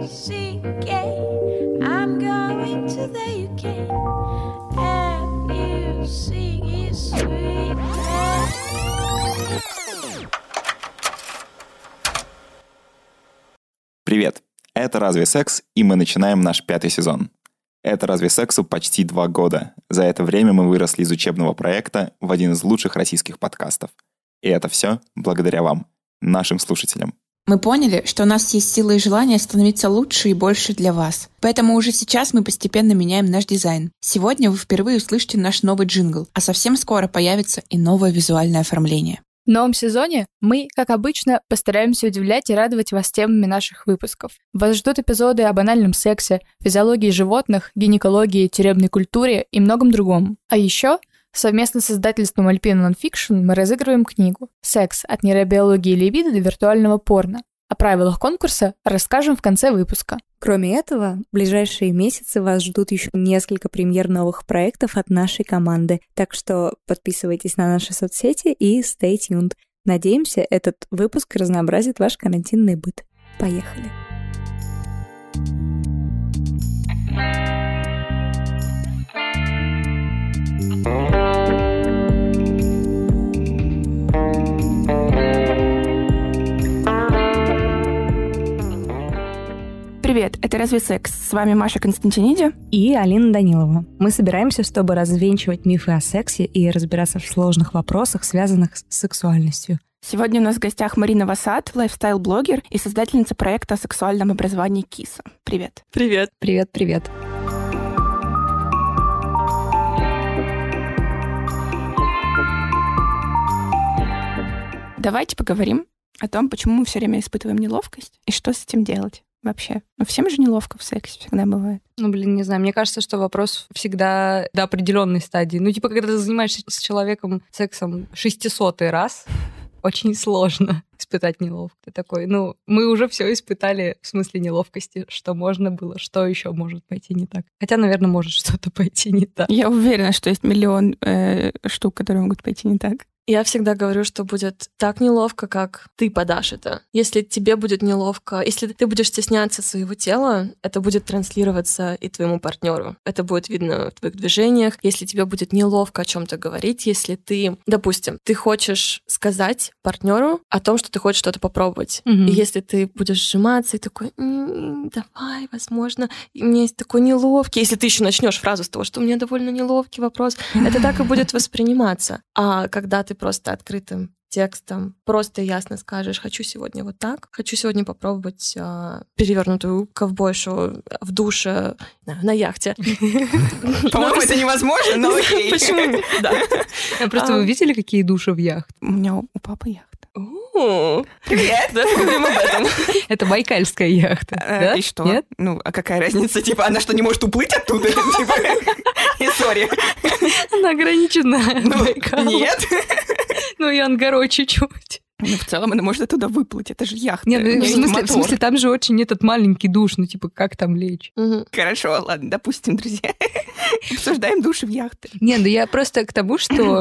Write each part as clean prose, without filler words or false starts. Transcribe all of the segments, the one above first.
I'm going to the UK. Sweet. Привет! Это «Разве секс?» И мы начинаем наш 5-й сезон. Это «Разве сексу?» почти 2 года. За это время мы выросли из учебного проекта в один из лучших российских подкастов. И это все благодаря вам, нашим слушателям. Мы поняли, что у нас есть сила и желание становиться лучше и больше для вас. Поэтому уже сейчас мы постепенно меняем наш дизайн. Сегодня вы впервые услышите наш новый джингл, а совсем скоро появится и новое визуальное оформление. В новом сезоне мы, как обычно, постараемся удивлять и радовать вас темами наших выпусков. Вас ждут эпизоды о банальном сексе, физиологии животных, гинекологии, тюремной культуре и многом другом. А еще совместно с издательством Alpina Nonfiction мы разыгрываем книгу «Секс. От нейробиологии либидо до виртуального порно». О правилах конкурса расскажем в конце выпуска. Кроме этого, в ближайшие месяцы вас ждут еще несколько премьер новых проектов от нашей команды, так что подписывайтесь на наши соцсети и stay tuned. Надеемся, этот выпуск разнообразит ваш карантинный быт. Поехали! Привет, это «Разве секс?» С вами Маша Константиниди и Алина Данилова. Мы собираемся, чтобы развенчивать мифы о сексе и разбираться в сложных вопросах, связанных с сексуальностью. Сегодня у нас в гостях Марина Васад, лайфстайл-блогер и создательница проекта о сексуальном образовании Киса. Привет. Привет. Привет, привет. Давайте поговорим о том, почему мы все время испытываем неловкость и что с этим делать вообще. Ну, всем же неловко в сексе, всегда бывает. Не знаю, мне кажется, что вопрос всегда до определенной стадии. Когда ты занимаешься с человеком сексом 600-й раз, очень сложно испытать неловкость. Ты такой, мы уже все испытали в смысле неловкости, что можно было, что еще может пойти не так. Хотя, наверное, может что-то пойти не так. Я уверена, что есть миллион штук, которые могут пойти не так. Я всегда говорю, что будет так неловко, как ты подашь это. Если тебе будет неловко, если ты будешь стесняться своего тела, это будет транслироваться и твоему партнеру. Это будет видно в твоих движениях. Если тебе будет неловко о чем-то говорить, если ты, допустим, ты хочешь сказать партнеру о том, что ты хочешь что-то попробовать. И если ты будешь сжиматься и такой, давай, возможно, и мне есть такой неловкий. Если ты еще начнешь фразу с того, что у меня довольно неловкий вопрос, это так и будет восприниматься. А когда ты просто открытым текстом просто ясно скажешь, хочу сегодня вот так, хочу сегодня попробовать перевернутую ковбойшу в душе на яхте. По-моему, это невозможно, но окей. Почему? Да. Просто вы видели, какие души в яхте? У меня у папы яхта. Привет, да, поговорим об этом. Это байкальская яхта, да? И что? Нет? А какая разница? Она что, не может уплыть оттуда? Сори. Она ограничена Байкалом. Нет. И Ангaro чуть-чуть. В целом она может оттуда выплыть, это же яхта. Нет, в смысле, там же очень этот маленький душ, как там лечь? Хорошо, ладно, допустим, друзья. Обсуждаем души в яхты. Я просто к тому, что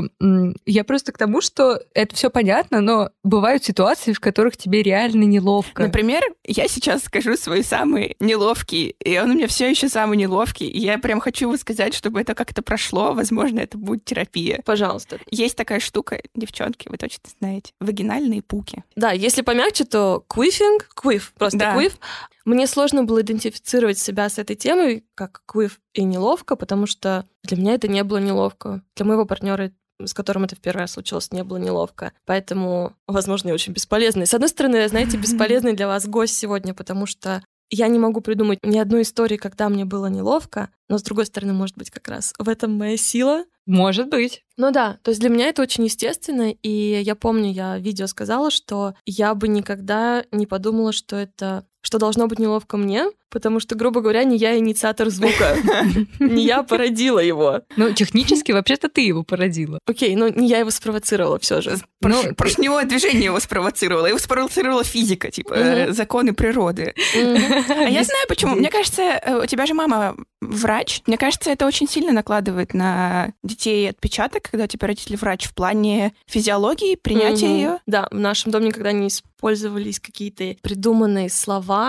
это все понятно, но бывают ситуации, в которых тебе реально неловко. Например, я сейчас скажу свой самый неловкий, и он у меня все еще самый неловкий. И я прям хочу сказать, чтобы это как-то прошло. Возможно, это будет терапия. Пожалуйста. Есть такая штука, девчонки, вы точно знаете. Вагинальные пуки. Да, если помягче, то квифинг, просто квиф. Мне сложно было идентифицировать себя с этой темой, как квиф и неловко, потому что для меня это не было неловко. Для моего партнера, с которым это в первый раз случилось, не было неловко. Поэтому, возможно, я очень бесполезный. С одной стороны, знаете, бесполезный для вас гость сегодня, потому что я не могу придумать ни одной истории, когда мне было неловко, но, с другой стороны, может быть, как раз в этом моя сила. Может быть. Да, то есть для меня это очень естественно, и я помню, я в видео сказала, что я бы никогда не подумала, что должно быть неловко мне, потому что, грубо говоря, не я инициатор звука, не я породила его. Технически, вообще-то ты его породила. Окей, не я его спровоцировала все же. Поршневое движение его спровоцировало. Его спровоцировала физика, законы природы. А я знаю, почему. Мне кажется, у тебя же мама врач. Мне кажется, это очень сильно накладывает на детей отпечаток, когда у тебя родитель врач в плане физиологии, принятия ее. Да, в нашем доме никогда не использовались какие-то придуманные слова,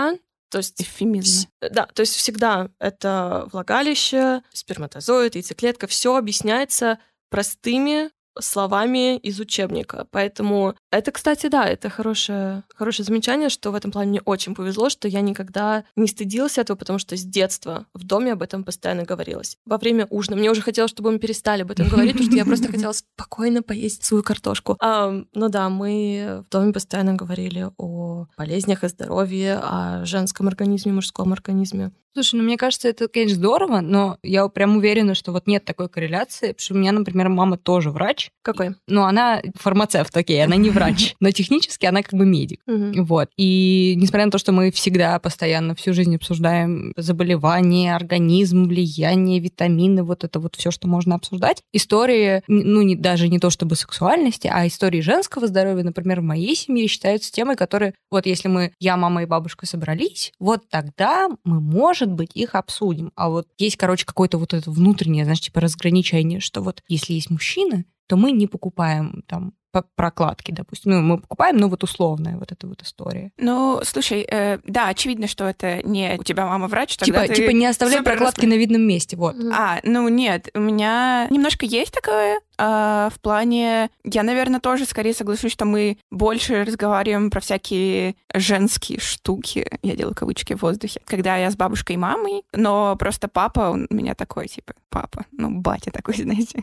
То есть Эвфемизм. Да, то есть всегда это влагалище, сперматозоид, яйцеклетка, все объясняется простыми словами из учебника. Поэтому это, кстати, да, это хорошее замечание, что в этом плане мне очень повезло, что я никогда не стыдилась этого, потому что с детства в доме об этом постоянно говорилось. Во время ужина мне уже хотелось, чтобы мы перестали об этом говорить, потому что я просто хотела спокойно поесть свою картошку. Ну да, мы в доме постоянно говорили о болезнях, о здоровье, о женском организме, мужском организме. Слушай, ну мне кажется, это, конечно, здорово, но я прям уверена, что вот нет такой корреляции, потому что у меня, например, мама тоже врач. Какой? Ну, она фармацевт, окей, она не врач, но технически она как бы медик. Вот. И несмотря на то, что мы всегда постоянно всю жизнь обсуждаем заболевания, организм, влияние, витамины, вот это вот все, что можно обсуждать, истории, ну, даже не то чтобы сексуальности, а истории женского здоровья, например, в моей семье считаются темой, которые, вот если я, мама и бабушка собрались, вот тогда мы, может быть, их обсудим. А вот есть, короче, какое-то вот это внутреннее, знаешь, типа разграничение, что вот если есть мужчина, то мы не покупаем там прокладки, допустим. Ну, мы покупаем, ну, вот условная вот эта вот история. Ну, слушай, да, очевидно, что это не у тебя мама врач, тогда типа не оставляй прокладки на видном месте, вот. Ну нет, у меня немножко есть такое, в плане... Я, наверное, тоже скорее соглашусь, что мы больше разговариваем про всякие женские штуки, я делаю кавычки в воздухе, когда я с бабушкой и мамой, но просто папа, он у меня такой, типа, папа, ну, батя такой, знаете.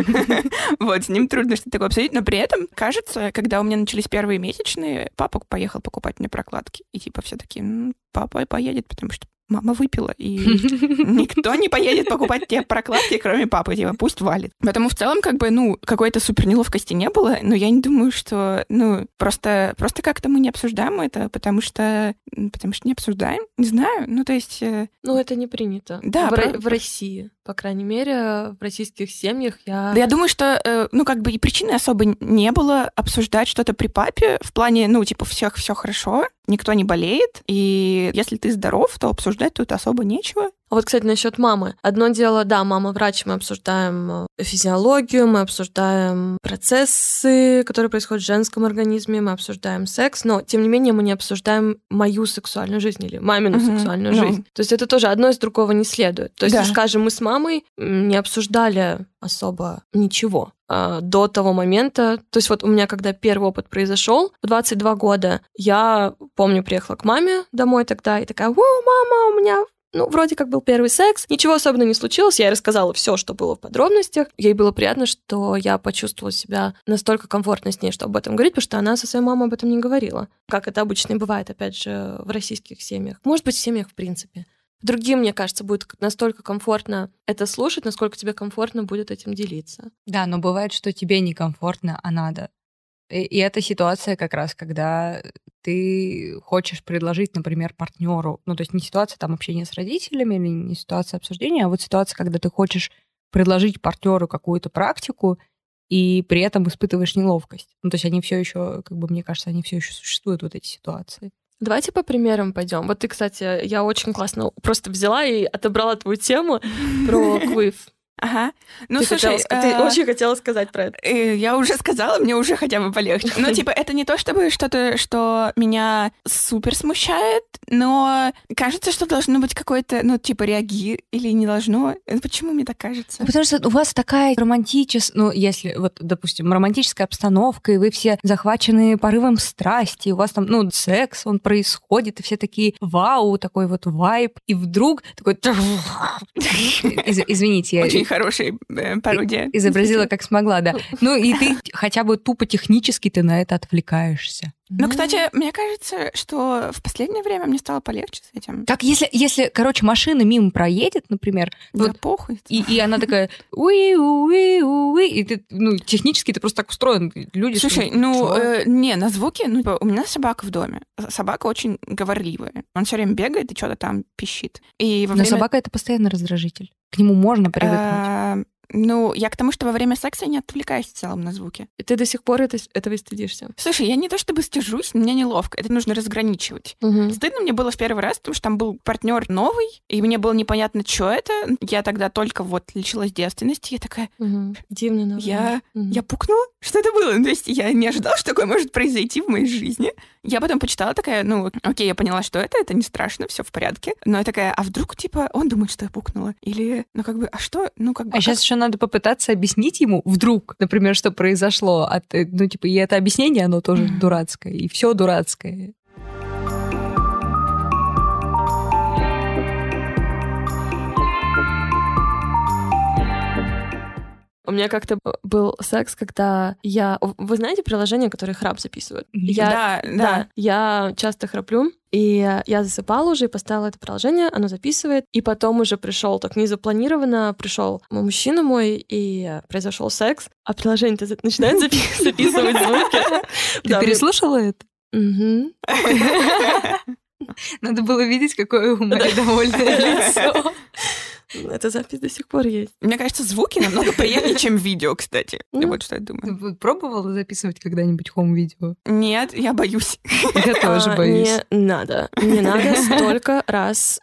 Вот, с ним трудно что-то такое обсудить, но при этом, кажется, когда у меня начались первые месячные, папа поехал покупать мне прокладки, и типа все такие, папа поедет, потому что мама выпила, и никто не поедет покупать тебе прокладки, кроме папы, типа, пусть валит. Поэтому в целом, как бы, какой-то супер неловкости не было, но я не думаю, что, просто как-то мы не обсуждаем это, потому что не обсуждаем, не знаю, то есть... это не принято. Да, в России, по крайней мере, в российских семьях Да, я думаю, что, и причины особо не было обсуждать что-то при папе, в плане, всех все хорошо, никто не болеет, и если ты здоров, то обсуждать тут особо нечего. А вот, кстати, насчет мамы. Одно дело, да, мама врач, мы обсуждаем физиологию, мы обсуждаем процессы, которые происходят в женском организме, мы обсуждаем секс, но, тем не менее, мы не обсуждаем мою сексуальную жизнь или мамину сексуальную жизнь. То есть это тоже одно из другого не следует. То есть, скажем, мы с мамой не обсуждали особо ничего до того момента. То есть вот у меня, когда первый опыт произошел, в 22 года, я, помню, приехала к маме домой тогда и такая: «О, мама, у меня вроде как был первый секс, ничего особенного не случилось». Я ей рассказала все, что было в подробностях. Ей было приятно, что я почувствовала себя настолько комфортно с ней, чтобы об этом говорить, потому что она со своей мамой об этом не говорила. Как это обычно и бывает, опять же, в российских семьях. Может быть, в семьях в принципе. Другим, мне кажется, будет настолько комфортно это слушать, насколько тебе комфортно будет этим делиться. Да, но бывает, что тебе некомфортно, а надо. И это ситуация как раз, когда ты хочешь предложить, например, партнеру, то есть не ситуация там общения с родителями или не ситуация обсуждения, а вот ситуация, когда ты хочешь предложить партнеру какую-то практику, и при этом испытываешь неловкость. То есть они все еще, мне кажется, они все еще существуют, вот эти ситуации. Давайте по примерам пойдем. Вот ты, кстати, я очень классно просто взяла и отобрала твою тему про КВИФ. Ага. Слушай, ты очень хотела сказать про это. Я уже сказала, мне уже хотя бы полегче. Это не то чтобы что-то, что меня супер смущает, но кажется, что должно быть какое-то, реаги или не должно. Почему мне так кажется? Потому что у вас такая романтическая, если, вот, допустим, романтическая обстановка, и вы все захвачены порывом страсти, у вас там, секс, он происходит, и все такие, вау, такой вот вайб, и вдруг такой... Извините, я... Очень хорошая пародия. Изобразила, как смогла, да. И ты хотя бы тупо технически ты на это отвлекаешься. Кстати, мне кажется, что в последнее время мне стало полегче с этим. Как если, машина мимо проедет, например... Да похуй. И она такая... Уи-уи-уи. И ты, технически ты просто так устроен. Люди... Слушай, на звуки... у меня собака в доме. Собака очень говорливая. Он все время бегает и что-то там пищит. Но собака — это постоянно раздражитель. К нему можно привыкнуть. Ну, я к тому, что во время секса не отвлекаюсь в целом на звуки. И ты до сих пор этого стыдишься? Слушай, я не то чтобы стыжусь, мне неловко. Это нужно разграничивать. Стыдно мне было в первый раз, потому что там был партнер новый, и мне было непонятно, что это. Я тогда только вот лишилась девственности. Я такая... Дивно, наверное. Я пукнула? Что это было? То есть я не ожидала, что такое может произойти в моей жизни. Я потом почитала такая, ну, окей, я поняла, что это не страшно, все в порядке. Но я такая, а вдруг, типа, он думает, что я пукнула? Или, ну, как бы, а что? Ну, как бы... А сейчас еще надо попытаться объяснить ему вдруг, например, что произошло. Ну, типа, и это объяснение, оно тоже дурацкое, и все дурацкое. У меня как-то был секс, когда я... Вы знаете приложение, которое храп записывает? Да. Я часто храплю, и я засыпала уже и поставила это приложение, оно записывает, и потом уже пришел так незапланированно, пришел мужчина мой, и произошел секс, а приложение начинает записывать звуки. Ты переслушала это? Надо было видеть, какое у Мари довольное лицо. Эта запись до сих пор есть. Мне кажется, звуки намного приятнее, чем видео, кстати. Я вот что я думаю. Ты пробовала записывать когда-нибудь хоум-видео? Нет, я боюсь. Я тоже боюсь. Не надо. Столько раз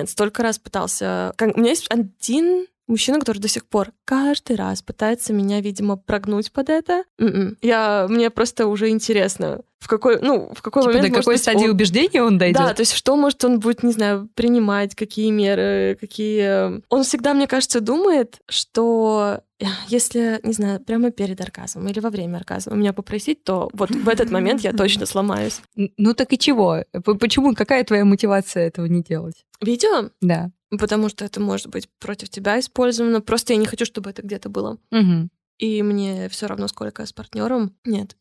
пытался... У меня есть один мужчина, который до сих пор каждый раз пытается меня, видимо, прогнуть под это. Мне просто уже интересно, в какой момент... До какой стадии убеждения он дойдет? Да, то есть что, может, он будет, не знаю, принимать, какие меры, какие... Он всегда, мне кажется, думает, что если, не знаю, прямо перед оргазмом или во время оргазма меня попросить, то вот в этот момент я точно сломаюсь. Ну так и чего? Почему? Какая твоя мотивация этого не делать? Видео? Да. Потому что это может быть против тебя использовано. Просто я не хочу, чтобы это где-то было. И мне все равно, сколько с партнером. Нет.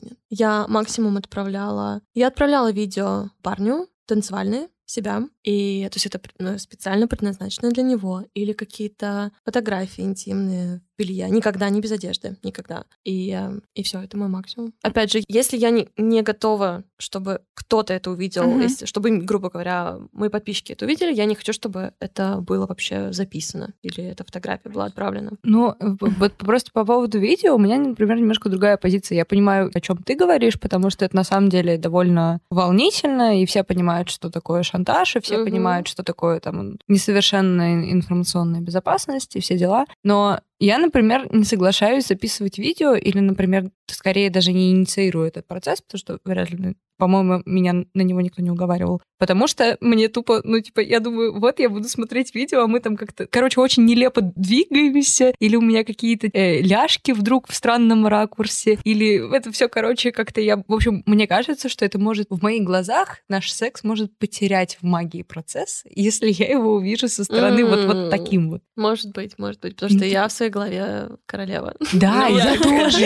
Я максимум отправляла... Я отправляла видео парню танцевальные, себя. И то есть это специально предназначено для него. Или какие-то фотографии интимные, белья. Никогда не без одежды. Никогда. И все, это мой максимум. Опять же, если я не готова, чтобы кто-то это увидел, чтобы, грубо говоря, мои подписчики это увидели, я не хочу, чтобы это было вообще записано. Или эта фотография была отправлена. Ну, вот просто по поводу видео у меня, например, немножко другая позиция. Я понимаю, о чем ты говоришь, потому что это на самом деле довольно волнительно, и все понимают, что такое шантаж, и все понимают, что такое там несовершенная информационная безопасность и все дела. Но я, например, не соглашаюсь записывать видео или, например, скорее даже не инициирую этот процесс, потому что вряд ли, по-моему, меня на него никто не уговаривал. Потому что мне тупо, я думаю, вот я буду смотреть видео, а мы там как-то, очень нелепо двигаемся, или у меня какие-то ляжки вдруг в странном ракурсе, или это все, как-то в общем, мне кажется, что это может в моих глазах, наш секс может потерять в магии процесс, если я его увижу со стороны вот таким вот. Может быть, потому что я в своей голове королева. Да, я тоже.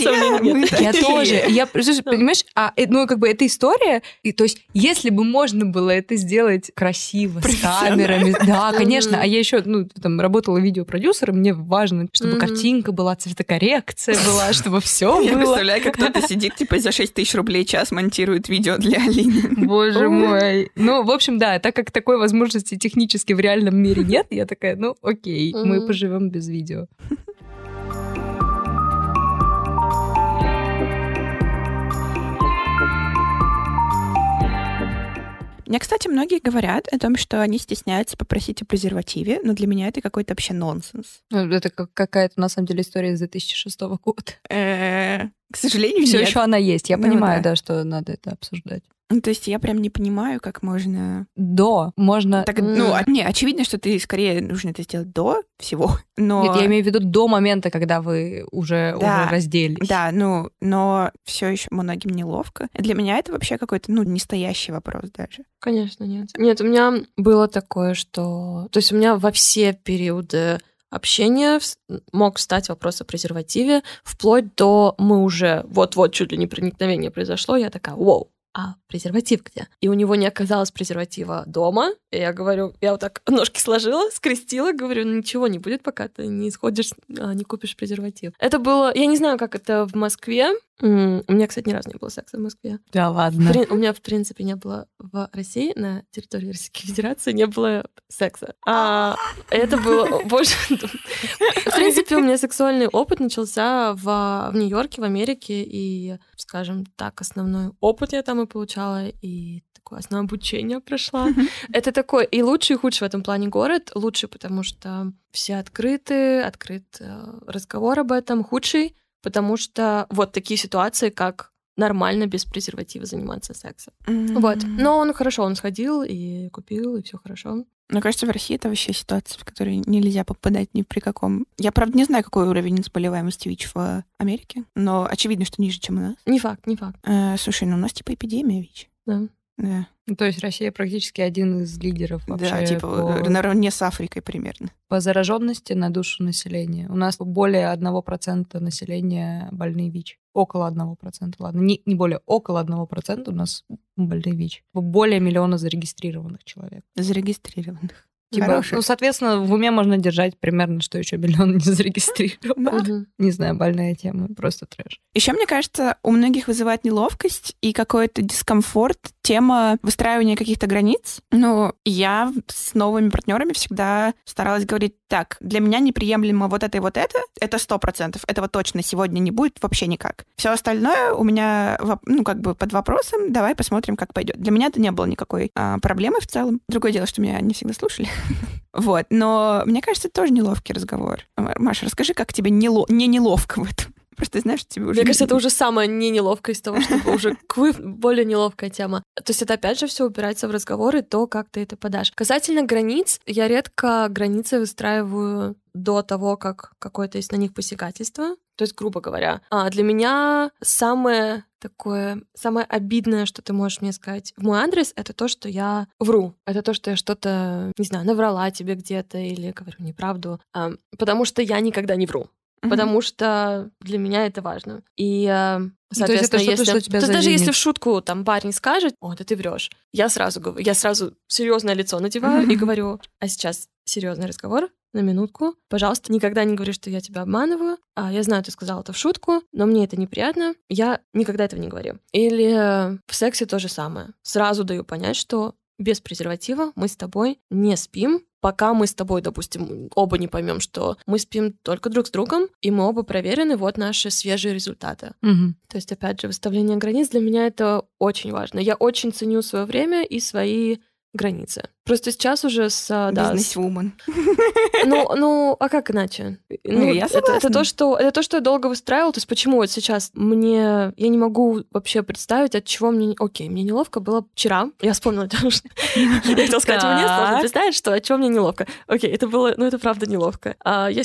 Я тоже. Понимаешь, эта история, то есть, если бы можно было это сделать красиво, с камерами, да, конечно, а я еще, работала видеопродюсером, мне важно, чтобы картинка была, цветокоррекция была, чтобы все было. Я представляю, как кто-то сидит, за 6 тысяч рублей в час монтирует видео для Алины. Боже мой. В общем, да, так как такой возможности технически в реальном мире нет, я такая, окей, мы поживем без видео. Мне, кстати, многие говорят о том, что они стесняются попросить о презервативе, но для меня это какой-то вообще нонсенс. Это какая-то, на самом деле, история из 2006 года. К сожалению, все нет. еще она есть. Я понимаю, да, что надо это обсуждать. То есть я прям не понимаю, как можно... Можно... Так, очевидно, что ты скорее нужно это сделать до всего, но... Нет, я имею в виду до момента, когда вы уже разделись. Да, но все еще многим неловко. Для меня это вообще какой-то, нестоящий вопрос даже. Конечно, нет. Нет, у меня было такое, что... То есть у меня во все периоды общения мог встать вопрос о презервативе, вплоть до мы уже вот-вот чуть ли не проникновение произошло, я такая, вау, а презерватив где? И у него не оказалось презерватива дома. И я говорю, я вот так ножки сложила, скрестила, говорю, ничего не будет, пока ты не сходишь, не купишь презерватив. Это было, я не знаю, как это в Москве. У меня, кстати, ни разу не было секса в Москве. Да ладно. У меня, в принципе, не было в России, на территории Российской Федерации, не было секса. Это было больше... В принципе, у меня сексуальный опыт начался в Нью-Йорке, в Америке, и, скажем так, основной опыт я там и получала, и такое основное обучение прошла. Это такой и лучший, и худший в этом плане город. Лучший, потому что все открыт разговор об этом. Худший, потому что вот такие ситуации, как нормально без презерватива заниматься сексом. Вот. Но он хорошо, он сходил и купил, и все хорошо. Мне кажется, в России это вообще ситуация, в которой нельзя попадать ни при каком... Я, правда, не знаю, какой уровень заболеваемости ВИЧ в Америке, но очевидно, что ниже, чем у нас. Не факт. Слушай, у нас типа эпидемия ВИЧ. Да. То есть Россия практически один из лидеров вообще. Да, типа наравне с Африкой примерно. По зараженности на душу населения. У нас более 1% населения больны ВИЧ. Около 1%, ладно. Не более, около 1% у нас больны ВИЧ. Более 1 миллиона зарегистрированных человек. Зарегистрированных. Типа, соответственно, в уме можно держать примерно, что еще 1 миллион не зарегистрировано. Не знаю, больная тема, просто трэш. Еще, мне кажется, у многих вызывает неловкость и какой-то дискомфорт тема выстраивания каких-то границ. Но я с новыми партнерами всегда старалась говорить: так, для меня неприемлемо вот это и вот это 100%. Этого точно сегодня не будет вообще никак. Все остальное у меня, под вопросом. Давай посмотрим, как пойдет. Для меня это не было никакой проблемы в целом. Другое дело, что меня не всегда слушали. Вот. Но мне кажется, это тоже неловкий разговор. Маша, расскажи, как тебе не неловко в этом? Просто знаешь, тебе уже... Мне кажется, это уже самая не неловкая из того, чтобы уже более неловкая тема. То есть это опять же все упирается в разговоры, то, как ты это подашь. Касательно границ, я редко границы выстраиваю до того, как какое-то есть на них посягательство. То есть, грубо говоря, для меня самое обидное, что ты можешь мне сказать в мой адрес, это то, что я вру. Это то, что я что-то, не знаю, наврала тебе где-то или говорю неправду. Потому что я никогда не вру. Потому что для меня это важно. И, соответственно, даже если в шутку там парень скажет: о, да ты врешь, я сразу серьезное лицо надеваю и говорю: а сейчас серьезный разговор, на минутку. Пожалуйста, никогда не говори, что я тебя обманываю. Я знаю, ты сказала это в шутку, но мне это неприятно. Я никогда этого не говорю. Или в сексе то же самое. Сразу даю понять, что без презерватива мы с тобой не спим, пока мы с тобой, допустим, оба не поймем, что мы спим только друг с другом, и мы оба проверены, вот наши свежие результаты. То есть, опять же, выставление границ для меня это очень важно. Я очень ценю свое время и свои границы. Просто сейчас уже Бизнес-вумен. А как иначе? Это то, что я долго выстраивала. То есть почему вот сейчас я не могу вообще представить, от чего мне... Окей, мне неловко было вчера. Я вспомнила, что я хотела сказать, мне сложно представить, что от чего мне неловко. Окей, это было... это правда неловко.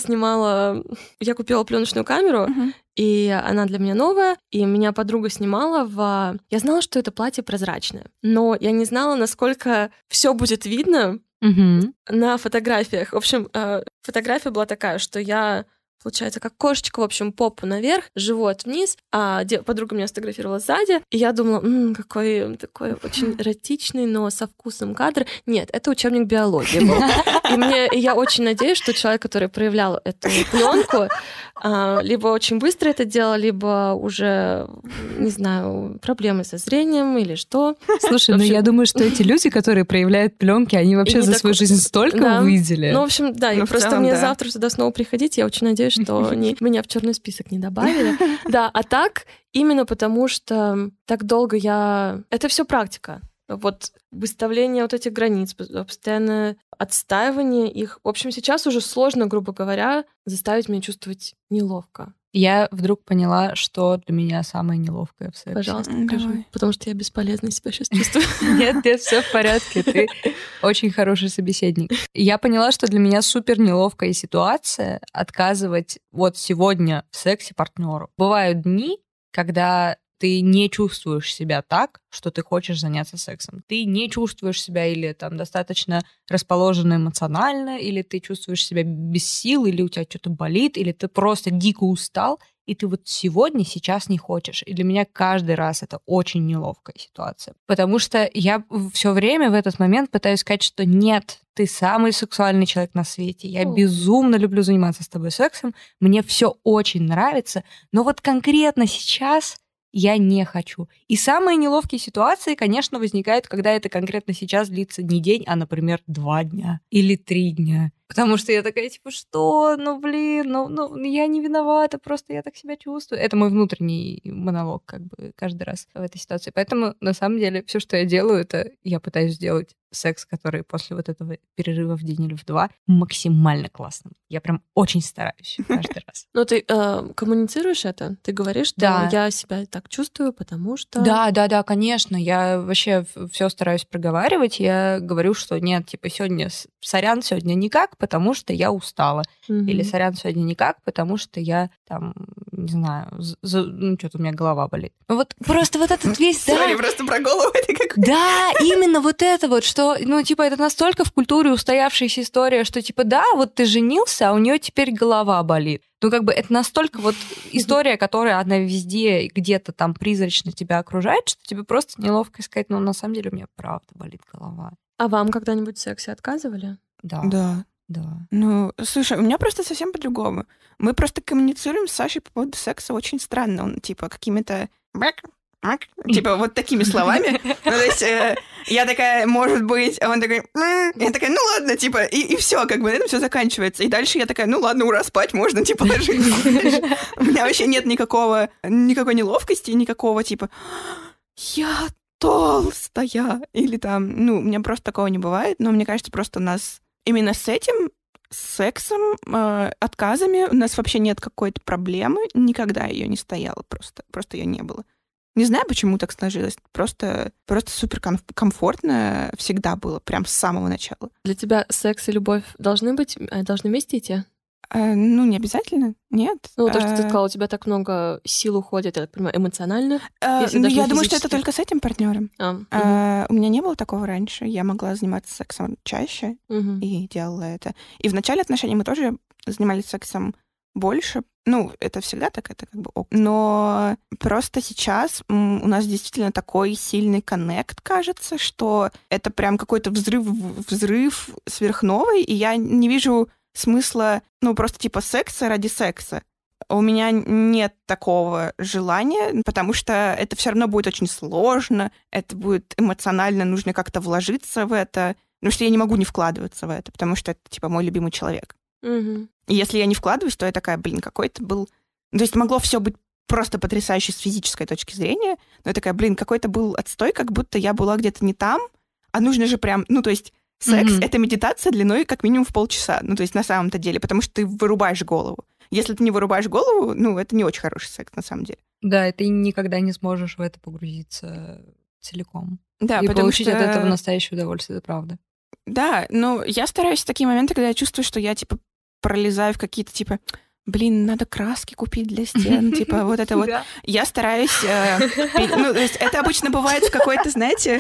Я купила пленочную камеру, и она для меня новая, и меня подруга снимала Я знала, что это платье прозрачное, но я не знала, насколько все будет видно на фотографиях. В общем, фотография была такая, что я, получается, как кошечка, в общем, попу наверх, живот вниз, а подруга меня сфотографировала сзади, и я думала, какой такой очень эротичный, но со вкусом кадр. Нет, это учебник биологии был. И я очень надеюсь, что человек, который проявлял эту пленку, либо очень быстро это делал, либо уже, не знаю, проблемы со зрением или что. Слушай, я думаю, что эти люди, которые проявляют пленки, они вообще за свою жизнь столько увидели. В общем, да, и просто мне завтра сюда снова приходить, я очень надеюсь, что они меня в черный список не добавили. Да, а так именно потому, что так долго это все практика. Вот выставление вот этих границ, постоянное отстаивание их. В общем, сейчас уже сложно, грубо говоря, заставить меня чувствовать неловко. Я вдруг поняла, что для меня самое неловкое в сексе. Пожалуйста, скажи. Потому что я бесполезно себя сейчас чувствую. Нет, все в порядке. Ты очень хороший собеседник. Я поняла, что для меня супер неловкая ситуация отказывать вот сегодня в сексе партнеру. Бывают дни, когда ты не чувствуешь себя так, что ты хочешь заняться сексом. Ты не чувствуешь себя или там достаточно расположена эмоционально, или ты чувствуешь себя без сил, или у тебя что-то болит, или ты просто дико устал, и ты вот сегодня, сейчас не хочешь. И для меня каждый раз это очень неловкая ситуация. Потому что я все время в этот момент пытаюсь сказать, что нет, ты самый сексуальный человек на свете. Я безумно люблю заниматься с тобой сексом. Мне все очень нравится. Но вот конкретно сейчас я не хочу. И самые неловкие ситуации, конечно, возникают, когда это конкретно сейчас длится не день, а, например, 2 дня или 3 дня. Потому что я такая, типа, что? Ну, я не виновата, просто я так себя чувствую. Это мой внутренний монолог, как бы, каждый раз в этой ситуации. Поэтому, на самом деле, все, что я делаю, это я пытаюсь сделать секс, который после вот этого перерыва в день или в 2 максимально классным. Я прям очень стараюсь каждый раз. Но ты коммуницируешь это? Ты говоришь, что я себя так чувствую, потому что... Да, конечно. Я вообще все стараюсь проговаривать. Я говорю, что нет, типа, сегодня сорян, сегодня никак, потому что я устала. Или сорян, сегодня никак, потому что я там, не знаю, что-то у меня голова болит. Ну вот просто вот этот весь... Сори, просто про голову это как... Да, именно вот это вот, что, ну, типа, это настолько в культуре устоявшаяся история, что, типа, да, вот ты женился, а у нее теперь голова болит. Ну, как бы это настолько вот история, которая, она везде где-то там призрачно тебя окружает, что тебе просто неловко сказать, ну, на самом деле у меня правда болит голова. А вам когда-нибудь в сексе отказывали? Да. Ну, слушай, у меня просто совсем по-другому. Мы просто коммуницируем с Сашей по поводу секса очень странно. Он, типа, какими-то... Типа, вот такими словами. Ну, то есть, я такая, может быть, а он такой... Я такая, ну ладно, типа, и все, как бы на этом все заканчивается. И дальше я такая, ну ладно, ура, спать можно, типа, ложиться. У меня вообще нет никакой неловкости, никакого, типа, я толстая. Или там, ну, у меня просто такого не бывает. Но мне кажется, просто у нас именно с этим сексом, отказами у нас вообще нет какой-то проблемы. Никогда ее не стояло просто ее не было. Не знаю, почему так сложилось. Просто супер комфортно всегда было, прям с самого начала. Для тебя секс и любовь должны вместе идти? Ну, не обязательно, нет. Ну, то, что ты сказала, у тебя так много сил уходит, я так понимаю, эмоционально. Ну, я думаю, что это только с этим партнером. У меня не было такого раньше. Я могла заниматься сексом чаще и делала это. И в начале отношений мы тоже занимались сексом больше. Ну, это всегда так, это как бы ок. Но просто сейчас у нас действительно такой сильный коннект, кажется, что это прям какой-то взрыв сверхновый, и я не вижу смысла, ну, просто типа секса ради секса. У меня нет такого желания, потому что это все равно будет очень сложно, это будет эмоционально, нужно как-то вложиться в это, потому что я не могу не вкладываться в это, потому что это, типа, мой любимый человек. И если я не вкладываюсь, то я такая, какой-то был... То есть могло все быть просто потрясающе с физической точки зрения, но я такая, какой-то был отстой, как будто я была где-то не там, а нужно же прям... Ну, то есть секс — это медитация длиной как минимум в полчаса, ну, то есть на самом-то деле, потому что ты вырубаешь голову. Если ты не вырубаешь голову, ну, это не очень хороший секс на самом деле. Да, и ты никогда не сможешь в это погрузиться целиком. Да, и получить от этого настоящее удовольствие, это правда. Да, ну, я стараюсь в такие моменты, когда я чувствую, что я, типа, пролезаю в какие-то, типа, надо краски купить для стен, типа, вот это вот. Я стараюсь... Ну, то есть это обычно бывает в какой-то, знаете...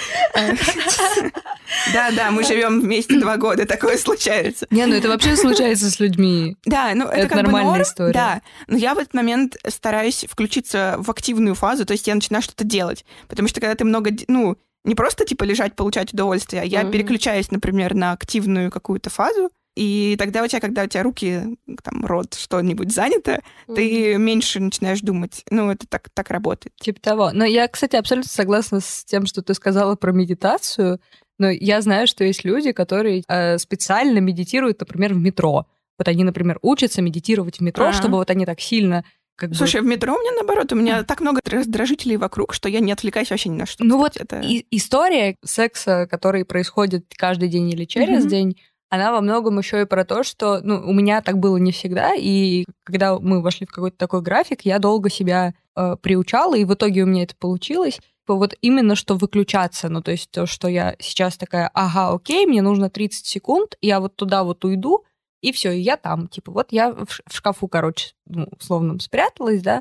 Да, мы живем вместе 2 года, такое случается. Не, ну это вообще случается с людьми. Да, ну это как нормальная бы история. Да, но я в этот момент стараюсь включиться в активную фазу, то есть я начинаю что-то делать, потому что когда ты много... Ну, не просто, типа, лежать, получать удовольствие, а я переключаюсь, например, на активную какую-то фазу, и тогда когда у тебя руки, там, рот, что-нибудь занято, ты меньше начинаешь думать. Ну, это так работает. Типа того. Но я, кстати, абсолютно согласна с тем, что ты сказала про медитацию, но я знаю, что есть люди, которые специально медитируют, например, в метро. Вот они, например, учатся медитировать в метро, чтобы вот они так сильно... Слушай, в метро у меня наоборот, у меня так много раздражителей вокруг, что я не отвлекаюсь вообще ни на что. Ну вот история секса, который происходит каждый день или через день, она во многом еще и про то, что, ну, у меня так было не всегда, и когда мы вошли в какой-то такой график, я долго себя приучала, и в итоге у меня это получилось. Вот именно что выключаться, ну, то есть то, что я сейчас такая, ага, окей, мне нужно 30 секунд, я вот туда вот уйду, и все, и я там, типа, вот я в шкафу, короче, ну, условно спряталась, да,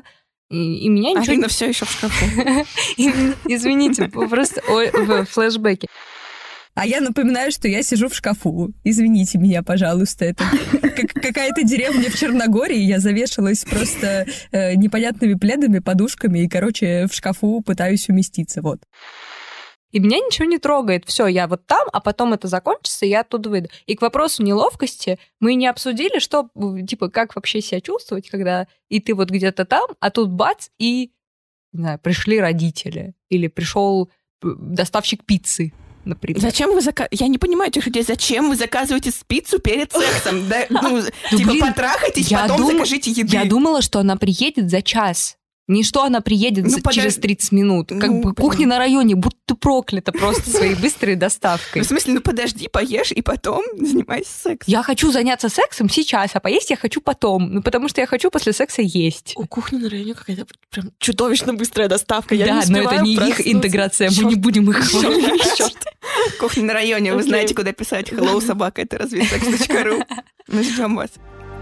И меня ничего... Арина все еще в шкафу. Извините, просто флешбеки. А я напоминаю, что я сижу в шкафу. Извините меня, пожалуйста. Это какая-то деревня в Черногории. Я завешалась просто непонятными пледами, подушками. И, короче, в шкафу пытаюсь уместиться. Вот. И меня ничего не трогает. Все, я вот там, а потом это закончится, и я оттуда выйду. И к вопросу неловкости мы не обсудили, что, типа, как вообще себя чувствовать, когда и ты вот где-то там, а тут бац, и, не знаю, пришли родители. Или пришел доставщик пиццы. Например. Зачем вы заказываете? Я не понимаю этих людей. Зачем вы заказываете пиццу перед сексом? Типа потрахайтесь, потом закажите еду. Я думала, что она приедет за час. Не что она приедет через 30 минут. Как бы кухня на районе, будто проклята просто своей быстрой доставкой. В смысле, подожди, поешь, и потом занимайся сексом. Я хочу заняться сексом сейчас, а поесть я хочу потом. Потому что я хочу после секса есть. У кухни на районе какая-то прям чудовищно быстрая доставка. Да, но это не их интеграция, мы не будем их хвалить. Кухня на районе, вы знаете, куда писать. Hello, собака, это разведсекс.ру. Мы ждем вас.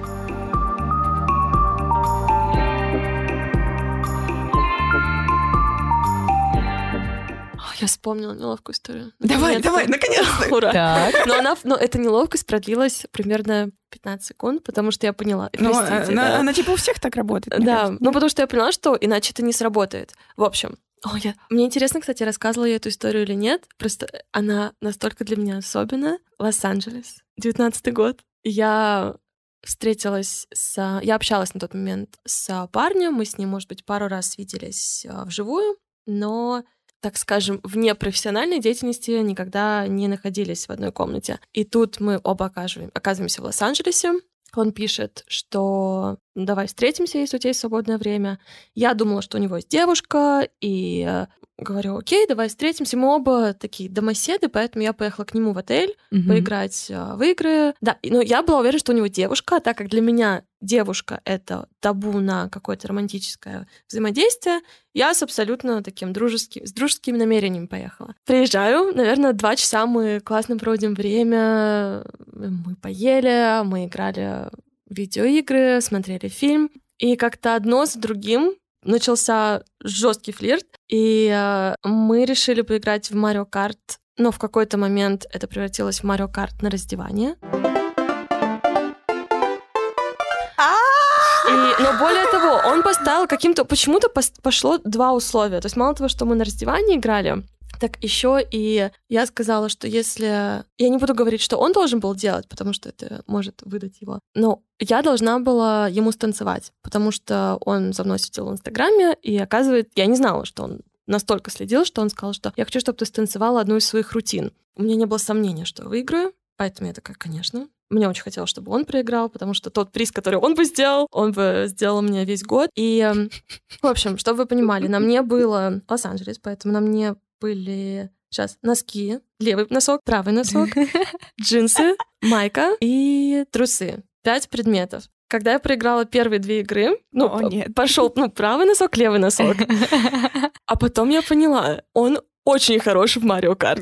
Я вспомнила неловкую историю. Давай, наконец-то. Ура. Но эта неловкость продлилась примерно 15 секунд, потому что я поняла. Она типа у всех так работает. Да, потому что я поняла, что иначе это не сработает. В общем, мне интересно, кстати, рассказывала я эту историю или нет. Просто она настолько для меня особенная. Лос-Анджелес, 19-й год. Я общалась на тот момент с парнем, мы с ним, может быть, пару раз виделись вживую, но, так скажем, вне профессиональной деятельности никогда не находились в одной комнате. И тут мы оба оказываемся в Лос-Анджелесе. Он пишет, что давай встретимся, если у тебя есть свободное время. Я думала, что у него есть девушка, и говорю, окей, давай встретимся. Мы оба такие домоседы, поэтому я поехала к нему в отель поиграть в игры. Да, но я была уверена, что у него девушка, а так как для меня девушка — это табу на какое-то романтическое взаимодействие, я с абсолютно таким с дружескими намерениями поехала. Приезжаю, наверное, 2 часа мы классно проводим время, мы поели, мы играли в видеоигры, смотрели фильм, и как-то одно за другим начался жесткий флирт, и мы решили поиграть в Марио Карт, но в какой-то момент это превратилось в Марио Карт на раздевание. Но более того, он поставил почему-то пошло 2 условия. То есть мало того, что мы на раздевании играли, так еще и я сказала, что если... Я не буду говорить, что он должен был делать, потому что это может выдать его. Но я должна была ему станцевать, потому что он за мной сидел в Инстаграме, и, оказывается, я не знала, что он настолько следил, что он сказал, что я хочу, чтобы ты станцевала одну из своих рутин. У меня не было сомнения, что я выиграю, поэтому я такая, конечно. Мне очень хотелось, чтобы он проиграл, потому что тот приз, который он бы сделал мне весь год. И, в общем, чтобы вы понимали, на мне было Лос-Анджелес, поэтому на мне были носки, левый носок, правый носок, джинсы, майка и трусы. 5 предметов. Когда я проиграла первые 2 игры, пошел правый носок, левый носок. А потом я поняла, он очень хорош в Марио Карт.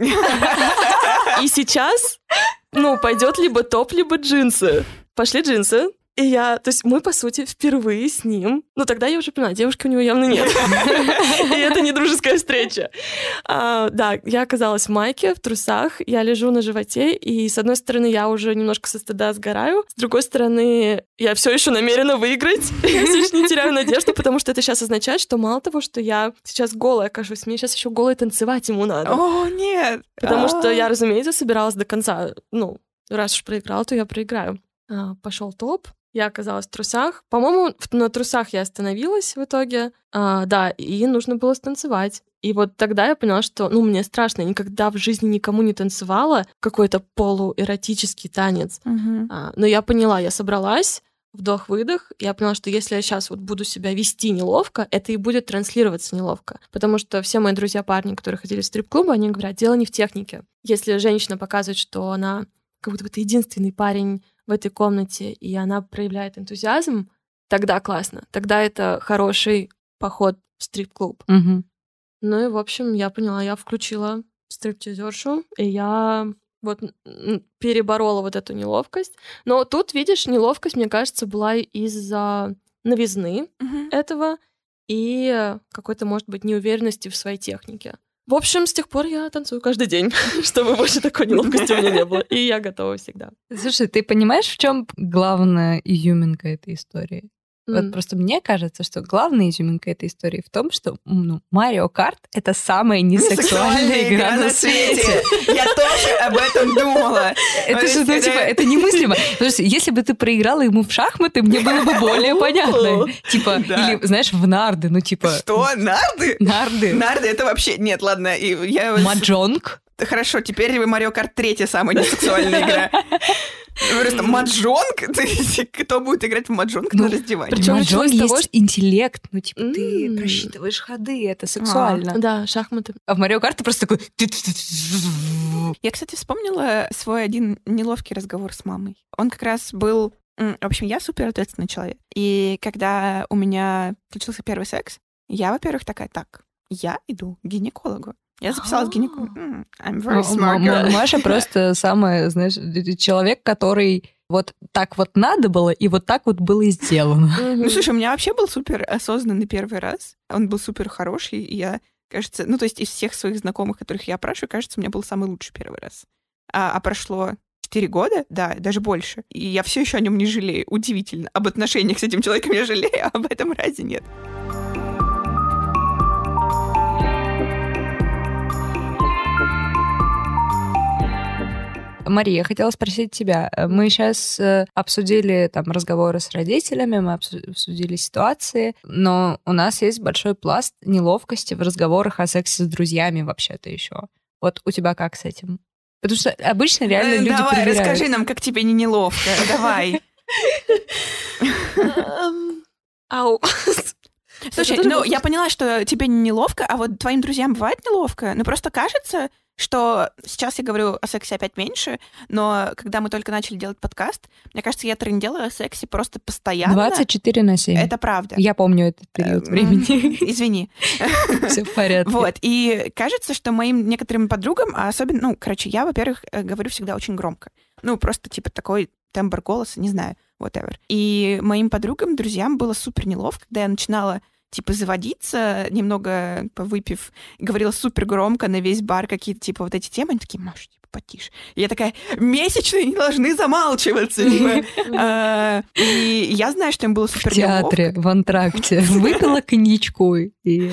И сейчас, пойдет либо топ, либо джинсы. Пошли джинсы. И то есть мы, по сути, впервые с ним... тогда я уже поняла, девушки у него явно нет. И это не дружеская встреча. Да, я оказалась в майке, в трусах, я лежу на животе, и, с одной стороны, я уже немножко со стыда сгораю, с другой стороны, я все еще намерена выиграть. Я все еще не теряю надежду, потому что это сейчас означает, что мало того, что я сейчас голая окажусь, мне сейчас еще голой танцевать ему надо. О, нет! Потому что я, разумеется, собиралась до конца. Раз уж проиграла, то я проиграю. Пошел топ. Я оказалась в трусах. По-моему, на трусах я остановилась в итоге. Да, и нужно было станцевать. И вот тогда я поняла, что, мне страшно. Я никогда в жизни никому не танцевала какой-то полуэротический танец. Но я поняла, я собралась, вдох-выдох. Я поняла, что если я сейчас буду себя вести неловко, это и будет транслироваться неловко. Потому что все мои друзья-парни, которые ходили в стрип-клубы, они говорят, дело не в технике. Если женщина показывает, что она как будто бы ты единственный парень в этой комнате, и она проявляет энтузиазм, тогда классно. Тогда это хороший поход в стрип-клуб. Угу. И, в общем, я поняла, я включила стриптизершу, и я переборола эту неловкость. Но тут, видишь, неловкость, мне кажется, была из-за новизны этого и какой-то, может быть, неуверенности в своей технике. В общем, с тех пор я танцую каждый день, чтобы больше такой неловкости у меня не было. И я готова всегда. Слушай, ты понимаешь, в чем главная изюминка этой истории? Вот просто мне кажется, что главная изюминка этой истории в том, что Марио Карт — это самая несексуальная игра на свете. Я тоже об этом думала. Это же, это немыслимо. Потому что если бы ты проиграла ему в шахматы, мне было бы более понятно. Типа, или, знаешь, в нарды, Что? Нарды? Нарды. Нарды — это вообще... Нет, ладно. Маджонг. Хорошо, теперь Марио Карт 3 самая несексуальная игра. Просто маджонг? Кто будет играть в маджонг на раздевании? Причем маджонг есть интеллект. Ты просчитываешь ходы, это сексуально. Да, шахматы. А в Марио Карт ты просто такой... Я, кстати, вспомнила свой один неловкий разговор с мамой. Он как раз был... В общем, я супер ответственный человек. И когда у меня случился первый секс, я, во-первых, такая, я иду к гинекологу. Я записалась к гинекологу. I'm very smart girl. Маша просто самая, знаешь, человек, который вот так вот надо было, и вот так вот было сделано. Ну, слушай, у меня вообще был супер осознанный первый раз. Он был супер хороший, и я, кажется... Ну, то есть из всех своих знакомых, которых я опрашиваю, кажется, у меня был самый лучший первый раз. А прошло 4 года, да, даже больше. И я все еще о нем не жалею. Удивительно. Об отношениях с этим человеком я жалею, а об этом разе нет. Мария, я хотела спросить тебя. Мы сейчас обсудили там разговоры с родителями, мы обсудили ситуации, но у нас есть большой пласт неловкости в разговорах о сексе с друзьями вообще-то еще. Вот у тебя как с этим? Потому что обычно реально люди давай, проверяют. Расскажи нам, как тебе не неловко. Давай. Ау. Слушай, я поняла, что тебе не неловко, а вот твоим друзьям бывает неловко? Ну, просто кажется, что сейчас я говорю о сексе опять меньше, но когда мы только начали делать подкаст, мне кажется, я трындела о сексе просто постоянно. 24/7. Это правда. Я помню этот период времени. Извини. Все в порядке. Вот, и кажется, что моим некоторым подругам, а особенно, я, во-первых, говорю всегда очень громко. Просто типа такой тембр голоса, не знаю, whatever. И моим подругам, друзьям было супер неловко, когда я начинала типа заводиться, немного выпив, говорила супер громко на весь бар какие-то типа вот эти темы, они такие, Маш, типа, потише. И я такая, месячные не должны замалчиваться. И я знаю, что им было супер неловко. В театре, в антракте. Выпила коньячку и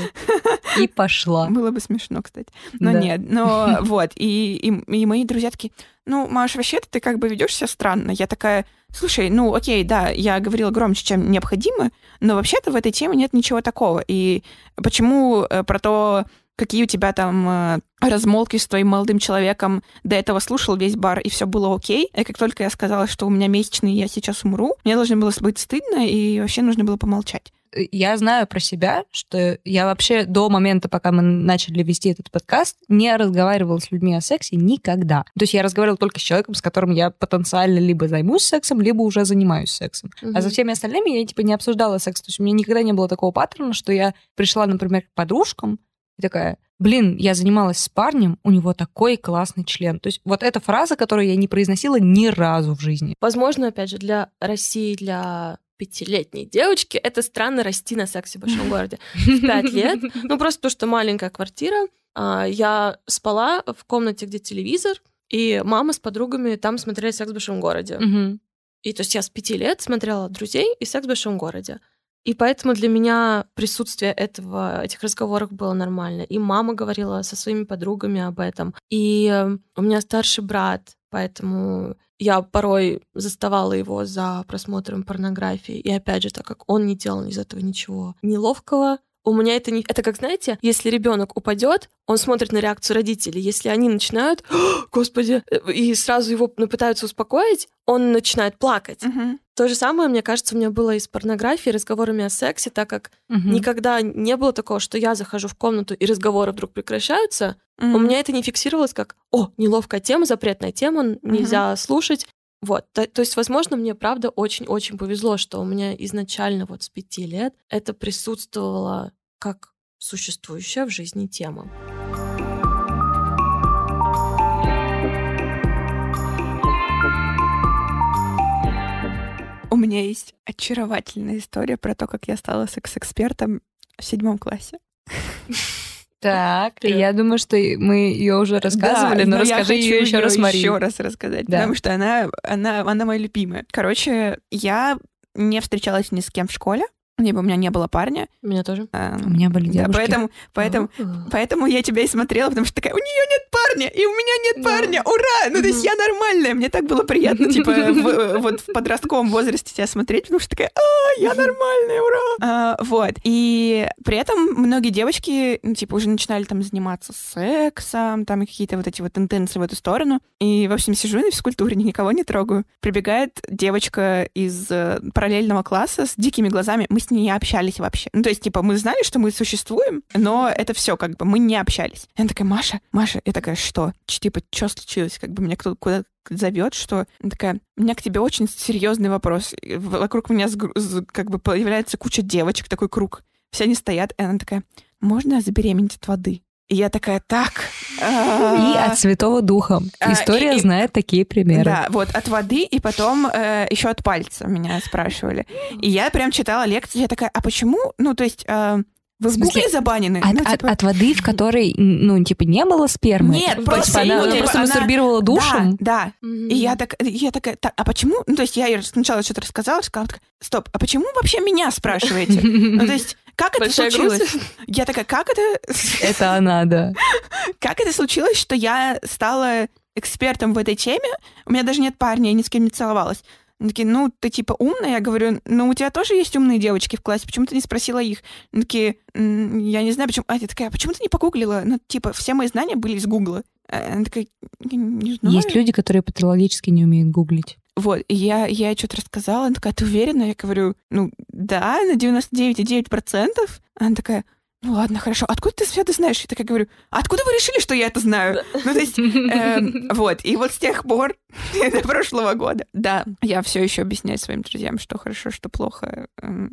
пошла. Было бы смешно, кстати. Но нет, но вот. И мои друзья такие, Маш, вообще-то ты как бы ведешь себя странно. Я такая, слушай, окей, да, я говорила громче, чем необходимо, но вообще-то в этой теме нет ничего такого. И почему про то, какие у тебя там размолвки с твоим молодым человеком, до этого слушал весь бар, и все было окей. И как только я сказала, что у меня месячные, я сейчас умру, мне должно было быть стыдно, и вообще нужно было помолчать. Я знаю про себя, что я вообще до момента, пока мы начали вести этот подкаст, не разговаривала с людьми о сексе никогда. То есть я разговаривала только с человеком, с которым я потенциально либо займусь сексом, либо уже занимаюсь сексом. А со всеми остальными я не обсуждала секс. То есть у меня никогда не было такого паттерна, что я пришла, например, к подружкам и такая, я занималась с парнем, у него такой классный член. То есть вот эта фраза, которую я не произносила ни разу в жизни. Возможно, опять же, для России, для 5-летней девочки это странно расти на сексе в большом городе. В 5 лет. Просто потому что маленькая квартира. Я спала в комнате, где телевизор, и мама с подругами там смотрели «Секс в большом городе». И то есть я с 5 лет смотрела «Друзей» и «Секс в большом городе». И поэтому для меня присутствие этих разговоров было нормально. И мама говорила со своими подругами об этом. И у меня старший брат, поэтому я порой заставала его за просмотром порнографии. И опять же, так как он не делал из этого ничего неловкого, у меня это не... Это как, знаете, если ребенок упадет, он смотрит на реакцию родителей. Если они начинают, господи, и сразу его пытаются успокоить, он начинает плакать. То же самое, мне кажется, у меня было и с порнографией, разговорами о сексе, так как никогда не было такого, что я захожу в комнату, и разговоры вдруг прекращаются. У меня это не фиксировалось как, неловкая тема, запретная тема, нельзя слушать. Вот, то есть, возможно, мне, правда, очень-очень повезло, что у меня изначально с 5 лет это присутствовало как существующая в жизни тема. У меня есть очаровательная история про то, как я стала секс-экспертом. в 7 классе. Так, я думаю, что мы ее уже рассказывали, но расскажи ее еще раз, Мария. Еще раз рассказать, потому что она моя любимая. Короче, я не встречалась ни с кем в школе, либо у меня не было парня. У меня тоже. У меня были девушки. Да, поэтому я тебя и смотрела, потому что такая, у нее нет парня, и у меня нет парня, ура! Ну, то есть я нормальная, мне так было приятно, типа, вот в подростковом возрасте тебя смотреть, потому что такая, я нормальная, ура! Вот. И при этом многие девочки, типа, уже начинали там заниматься сексом, там какие-то вот эти вот тенденции в эту сторону. И, в общем, сижу на физкультуре, никого не трогаю. Прибегает девочка из параллельного класса с дикими глазами. Мы с ней не общались вообще. Ну, то есть, типа, мы знали, что мы существуем, но это все как бы, мы не общались. И она такая, Маша, я такая, что? Типа, что случилось? Как бы меня кто-то куда зовет, что... Она такая, у меня к тебе очень серьезный вопрос. Вокруг меня как бы появляется куча девочек, такой круг. Все они стоят, и она такая, можно забеременеть от воды? И я такая, так... И от Святого Духа. История знает такие примеры. Да, вот от воды, и потом еще от пальца меня спрашивали. И я прям читала лекции, я такая, а почему? Ну, то есть... Вы в Гугле забанены? От воды, в которой, не было спермы? Нет, просто она просто мастурбировала душем? Да. И я такая, так, а почему? Ну, то есть я ей сначала что-то рассказала, стоп, а почему вообще меня спрашиваете? Ну, то есть как это случилось? Я такая, как это... Это она, да. Как это случилось, что я стала экспертом в этой теме? У меня даже нет парня, я ни с кем не целовалась. Они такие, ты типа умная? Я говорю, у тебя тоже есть умные девочки в классе, почему ты не спросила их? Они такие, я не знаю, почему. Я такая, почему ты не погуглила? Все мои знания были из Гугла. Она такая, не знаю. Есть люди, которые патологически не умеют гуглить. Вот, и я что-то рассказала, она такая, ты уверена? Я говорю, да, на 99,9%. Она такая, ладно, хорошо. Откуда ты, Света, знаешь? Я такая говорю, откуда вы решили, что я это знаю? Ну, то есть, вот. И вот с тех пор, до прошлого года, да, я все еще объясняю своим друзьям, что хорошо, что плохо,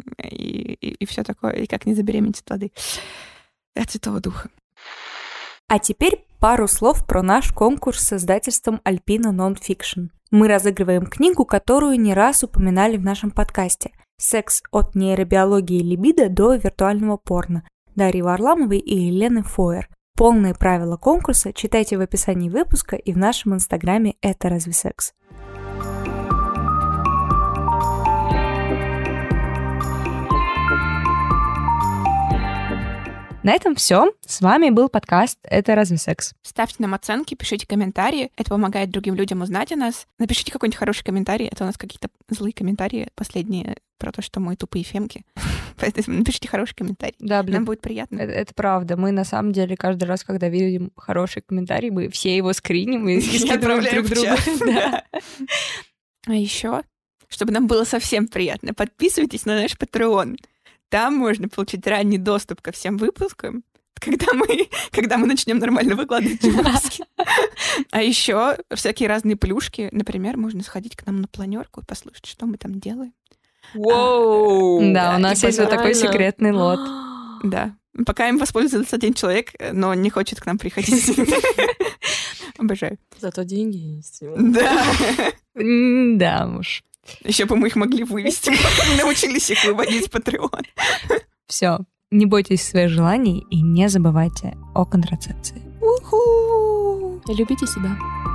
и все такое, и как не забеременеть от воды. От Святого Духа. А теперь пару слов про наш конкурс с издательством Alpina Non-Fiction. Мы разыгрываем книгу, которую не раз упоминали в нашем подкасте. «Секс от нейробиологии либидо до виртуального порно» Дарьи Варламовой и Елены Фойер. Полные правила конкурса читайте в описании выпуска и в нашем инстаграме «Это разве секс?». На этом все. С вами был подкаст «Это разве секс?». Ставьте нам оценки, пишите комментарии. Это помогает другим людям узнать о нас. Напишите какой-нибудь хороший комментарий. Это у нас какие-то злые комментарии последние про то, что мы тупые фемки. Поэтому напишите хороший комментарий. Да, нам будет приятно. Это правда. Мы на самом деле каждый раз, когда видим хороший комментарий, мы все его скриним и скидываем друг другу. А еще, чтобы нам было совсем приятно, подписывайтесь на наш Patreon. Там можно получить ранний доступ ко всем выпускам, когда мы начнем нормально выкладывать выпуски. А еще всякие разные плюшки. Например, можно сходить к нам на планерку и послушать, что мы там делаем. Воу! Да, у нас есть вот такой секретный лот. Да. Пока им воспользуется 1 человек, но не хочет к нам приходить. Обожаю. Зато деньги есть. Да. Да уж. Еще бы мы их могли вывести, пока не научились их выводить в Patreon. Все. Не бойтесь своих желаний и не забывайте о контрацепции. Уху! Любите себя.